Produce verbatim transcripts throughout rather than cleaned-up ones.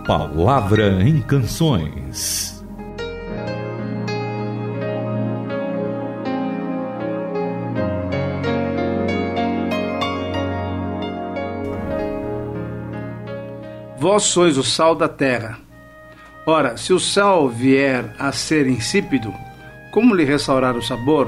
Palavra em Canções. Vós sois o sal da terra. Ora, se o sal vier a ser insípido, como lhe restaurar o sabor?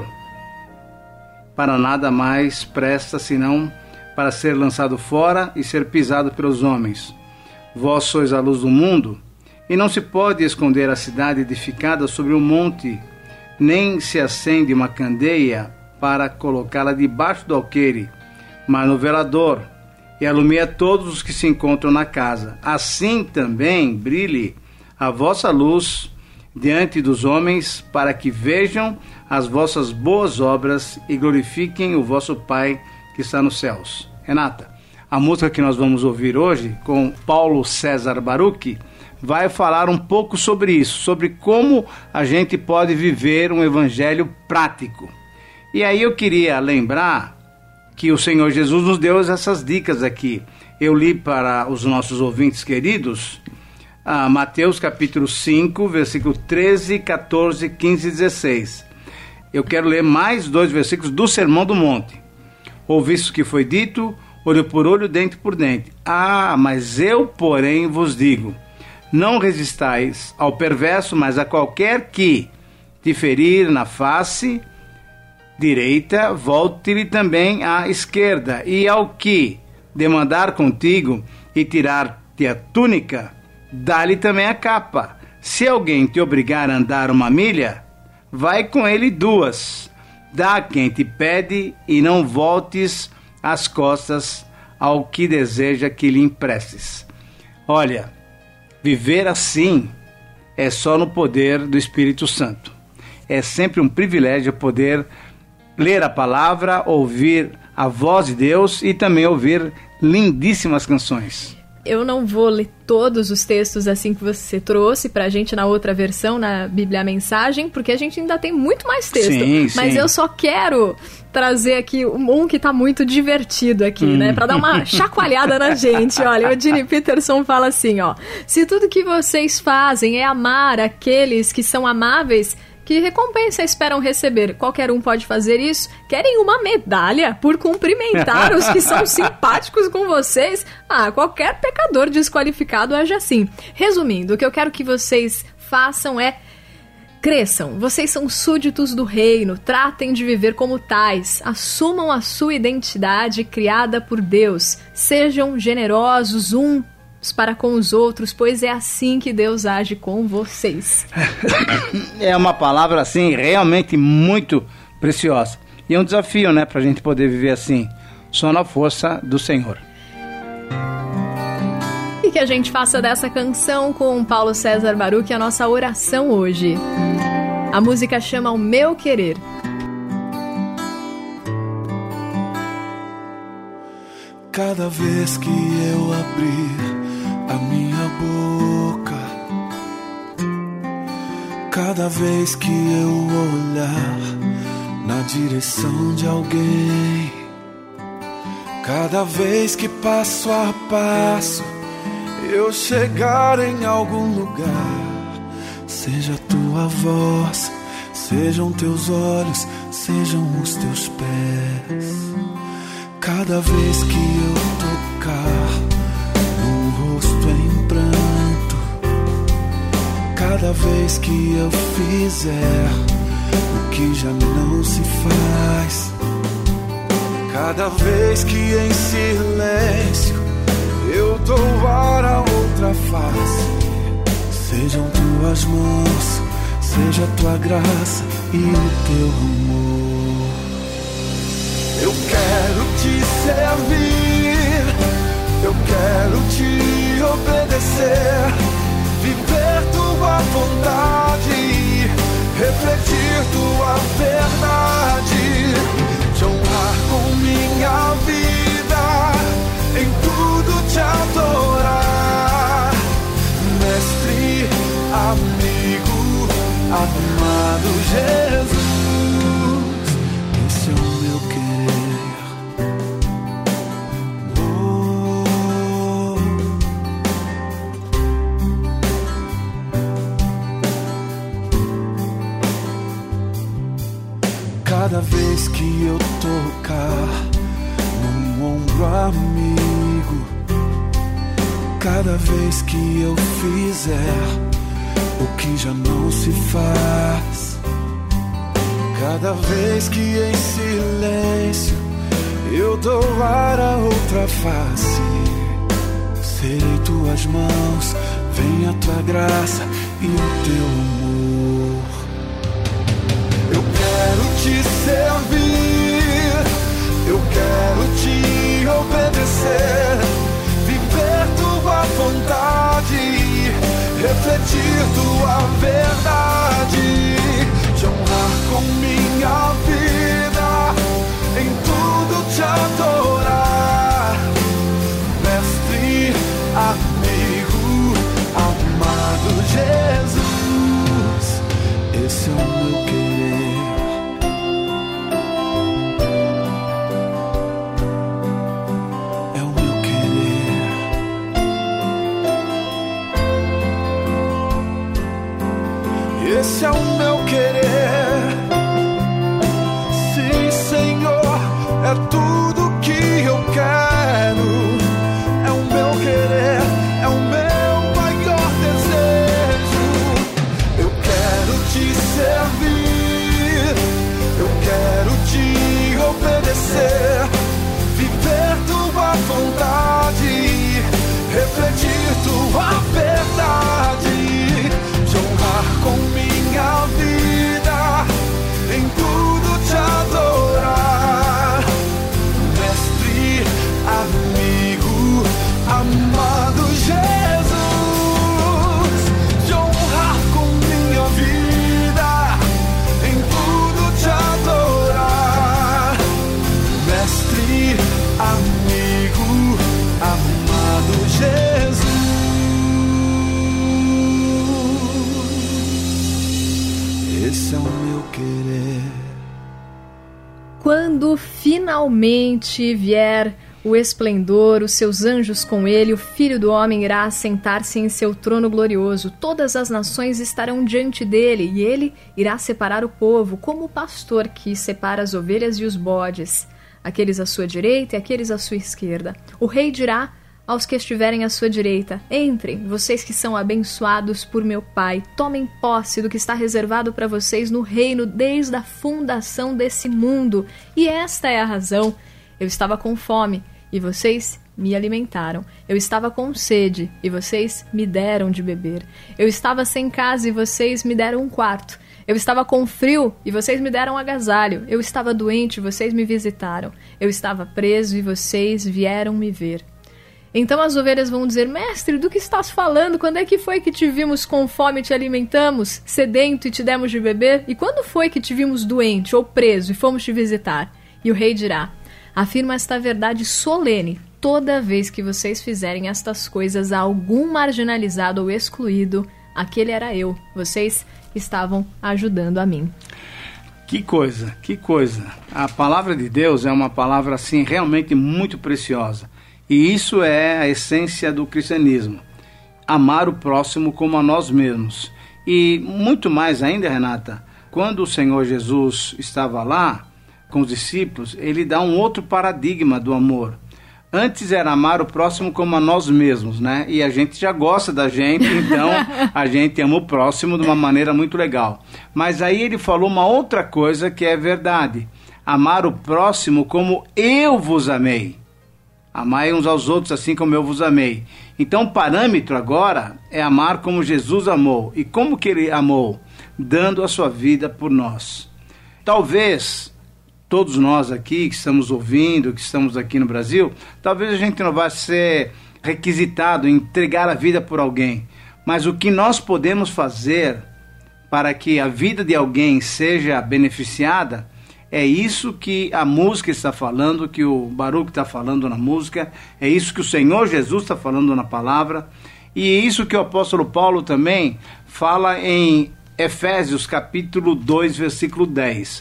Para nada mais presta, senão para ser lançado fora e ser pisado pelos homens. Vós sois a luz do mundo, e não se pode esconder a cidade edificada sobre um monte, nem se acende uma candeia para colocá-la debaixo do alqueire, mas no velador, e alumia todos os que se encontram na casa. Assim também brilhe a vossa luz diante dos homens, para que vejam as vossas boas obras e glorifiquem o vosso Pai que está nos céus. Renata, a música que nós vamos ouvir hoje, com Paulo César Baruch, vai falar um pouco sobre isso, sobre como a gente pode viver um evangelho prático. E aí eu queria lembrar que o Senhor Jesus nos deu essas dicas aqui. Eu li para os nossos ouvintes queridos, ah, Mateus capítulo cinco, versículo treze, catorze, quinze e dezesseis. Eu quero ler mais dois versículos do Sermão do Monte. Ouviste o que foi dito, olho por olho, dente por dente. Ah, mas eu, porém, vos digo, não resistais ao perverso, mas a qualquer que te ferir na face direita, volte-lhe também à esquerda. E ao que demandar contigo e tirar-te a túnica, dá-lhe também a capa. Se alguém te obrigar a andar uma milha, vai com ele duas. Dá a quem te pede e não voltes as costas ao que deseja que lhe emprestes. Olha, viver assim é só no poder do Espírito Santo. É sempre um privilégio poder ler a palavra, ouvir a voz de Deus e também ouvir lindíssimas canções. Eu não vou ler todos os textos assim que você trouxe pra gente na outra versão, na Bíblia Mensagem, porque a gente ainda tem muito mais texto. Sim, mas sim. Eu só quero trazer aqui um que tá muito divertido aqui, hum. né? Pra dar uma chacoalhada na gente. Olha, o Gene Peterson fala assim, ó. Se tudo que vocês fazem é amar aqueles que são amáveis, que recompensa esperam receber? Qualquer um pode fazer isso? Querem uma medalha por cumprimentar os que são simpáticos com vocês? Ah, qualquer pecador desqualificado age assim. Resumindo, o que eu quero que vocês façam é cresçam. Vocês são súditos do reino. Tratem de viver como tais. Assumam a sua identidade criada por Deus. Sejam generosos um para com os outros, pois é assim que Deus age com vocês. É uma palavra assim realmente muito preciosa e é um desafio, né, pra gente poder viver assim, só na força do Senhor. E que a gente faça dessa canção com Paulo César Baruch a nossa oração hoje. A música chama O Meu Querer. Cada vez que eu abrir a minha boca, cada vez que eu olhar na direção de alguém, cada vez que passo a passo eu chegar em algum lugar, seja tua voz, sejam teus olhos, sejam os teus pés. Cada vez que eu tocar rosto em pranto, cada vez que eu fizer o que já não se faz, cada vez que em silêncio eu dou a outra face, sejam tuas mãos, seja tua graça e o teu amor. Eu quero te servir, eu quero te obedecer, viver tua vontade, refletir tua verdade, te honrar com minha vida, em tudo te adorar. Mestre, amigo, amado Jesus, esse é o meu querer. Oh, cada vez que eu fizer o que já não se faz, cada vez que em silêncio eu dou ar a outra face, serei tuas mãos, vem a tua graça e o teu amor. Eu quero te servir, eu quero te obedecer, viver tua vontade, refletir tua verdade, te honrar com minha vida, em tudo te adorar, mestre, amigo, amado Jesus, esse é o meu querer. É o meu querer. Esse é o meu querer. Sim, Senhor, é tudo que eu quero. É o meu querer, é o meu maior desejo. Eu quero te servir, eu quero te obedecer, viver tua vontade, refletir tua verdade, te honrar com minha vida, em tudo te adorar, mestre, amigo, amado Jesus, te honrar com minha vida, em tudo te adorar, mestre, amigo, amado Jesus. Esse é o meu querer. Quando finalmente vier o esplendor, os seus anjos com ele, o Filho do Homem irá sentar-se em seu trono glorioso. Todas as nações estarão diante dele, e ele irá separar o povo, como o pastor que separa as ovelhas e os bodes, aqueles à sua direita e aqueles à sua esquerda. O rei dirá aos que estiverem à sua direita: entrem, vocês que são abençoados por meu Pai, tomem posse do que está reservado para vocês no reino desde a fundação desse mundo. E esta é a razão: eu estava com fome e vocês me alimentaram. Eu estava com sede e vocês me deram de beber. Eu estava sem casa e vocês me deram um quarto. Eu estava com frio e vocês me deram agasalho. Eu estava doente e vocês me visitaram. Eu estava preso e vocês vieram me ver. Então as ovelhas vão dizer: mestre, do que estás falando? Quando é que foi que te vimos com fome e te alimentamos, sedento e te demos de beber? E quando foi que te vimos doente ou preso e fomos te visitar? E o rei dirá: afirma esta verdade solene: toda vez que vocês fizerem estas coisas a algum marginalizado ou excluído, aquele era eu. Vocês estavam ajudando a mim. Que coisa, que coisa. A palavra de Deus é uma palavra assim realmente muito preciosa. E isso é a essência do cristianismo: amar o próximo como a nós mesmos. E muito mais ainda, Renata, quando o Senhor Jesus estava lá com os discípulos, ele dá um outro paradigma do amor. Antes era amar o próximo como a nós mesmos, né? E a gente já gosta da gente, então a gente ama o próximo de uma maneira muito legal. Mas aí ele falou uma outra coisa que é verdade: amar o próximo como eu vos amei. Amai uns aos outros assim como eu vos amei. Então o parâmetro agora é amar como Jesus amou. E como que ele amou? Dando a sua vida por nós. Talvez todos nós aqui que estamos ouvindo, que estamos aqui no Brasil, talvez a gente não vá ser requisitado em entregar a vida por alguém. Mas o que nós podemos fazer para que a vida de alguém seja beneficiada, é isso que a música está falando, que o Baruch está falando na música, é isso que o Senhor Jesus está falando na palavra, e é isso que o apóstolo Paulo também fala em Efésios capítulo dois, versículo dez.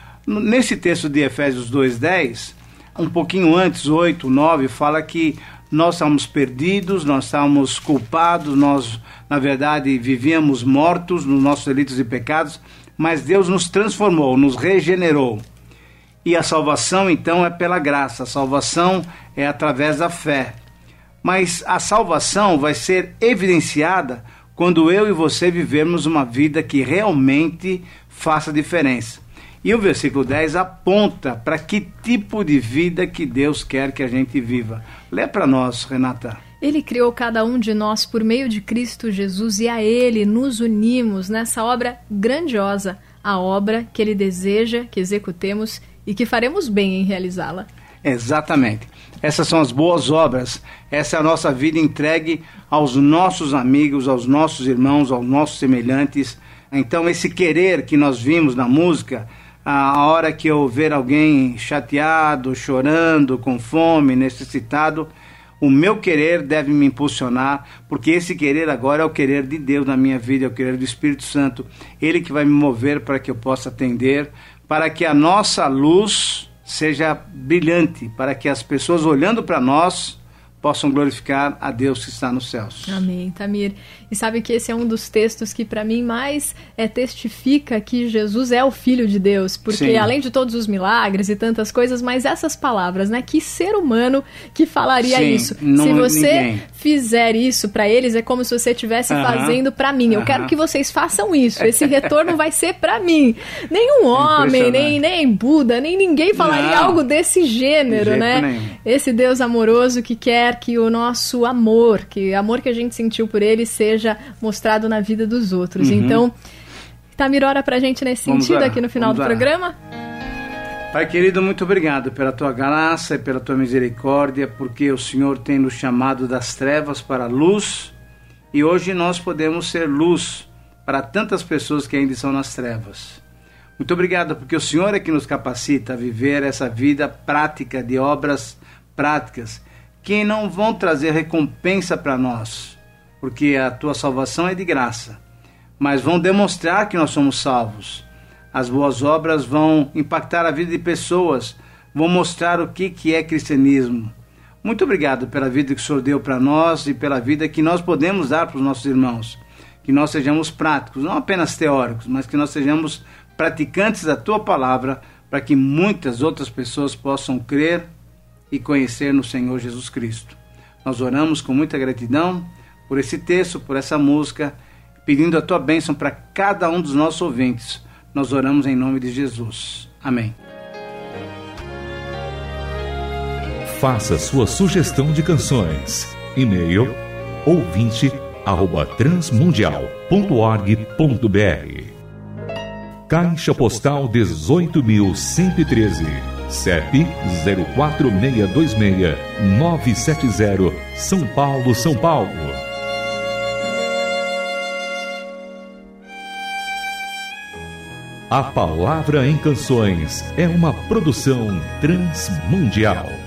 Nesse texto de Efésios dois, dez, um pouquinho antes, oito, nove, fala que nós estávamos perdidos, nós estávamos culpados, nós, na verdade, vivíamos mortos nos nossos delitos e pecados, mas Deus nos transformou, nos regenerou. E a salvação, então, é pela graça. A salvação é através da fé. Mas a salvação vai ser evidenciada quando eu e você vivermos uma vida que realmente faça diferença. E o versículo dez aponta para que tipo de vida que Deus quer que a gente viva. Lê para nós, Renata. Ele criou cada um de nós por meio de Cristo Jesus e a Ele nos unimos nessa obra grandiosa, a obra que Ele deseja que executemos e que faremos bem em realizá-la. Exatamente. Essas são as boas obras. Essa é a nossa vida entregue aos nossos amigos, aos nossos irmãos, aos nossos semelhantes. Então esse querer que nós vimos na música, a hora que eu ver alguém chateado, chorando, com fome, necessitado, o meu querer deve me impulsionar, porque esse querer agora é o querer de Deus na minha vida, é o querer do Espírito Santo. Ele que vai me mover para que eu possa atender, para que a nossa luz seja brilhante, para que as pessoas olhando para nós possam glorificar a Deus que está nos céus. Amém, Tamir. E sabe que esse é um dos textos que para mim mais é, testifica que Jesus é o Filho de Deus, porque Sim. além de todos os milagres e tantas coisas, mas essas palavras, né? Que ser humano que falaria Sim, isso? Não, se você ninguém. fizer isso para eles, é como se você estivesse uh-huh. fazendo para mim. Eu uh-huh. quero que vocês façam isso. Esse retorno vai ser para mim. Nenhum homem, nem, nem Buda, nem ninguém falaria não. algo desse gênero, de né? Nenhum. Esse Deus amoroso que quer que o nosso amor, que o amor que a gente sentiu por ele seja mostrado na vida dos outros. Uhum. Então, Tamir, ora pra gente nesse Vamos sentido orar. aqui no final Vamos do orar. programa. Pai querido, muito obrigado pela tua graça e pela tua misericórdia, porque o Senhor tem nos chamado das trevas para a luz, e hoje nós podemos ser luz para tantas pessoas que ainda estão nas trevas. Muito obrigado, porque o Senhor é que nos capacita a viver essa vida prática de obras práticas, que não vão trazer recompensa para nós, porque a tua salvação é de graça, mas vão demonstrar que nós somos salvos. As boas obras vão impactar a vida de pessoas, vão mostrar o que, que é cristianismo. Muito obrigado pela vida que o Senhor deu para nós e pela vida que nós podemos dar para os nossos irmãos. Que nós sejamos práticos, não apenas teóricos, mas que nós sejamos praticantes da tua palavra, para que muitas outras pessoas possam crer e conhecer no Senhor Jesus Cristo. Nós oramos com muita gratidão por esse texto, por essa música, pedindo a tua bênção para cada um dos nossos ouvintes. Nós oramos em nome de Jesus. Amém. Faça sua sugestão de canções. E-mail ouvinte arroba transmundial ponto org ponto br. Caixa Postal dezoito mil cento e treze, C E P zero quatro seis dois seis nove sete zero, São Paulo, São Paulo. A Palavra em Canções é uma produção transmundial.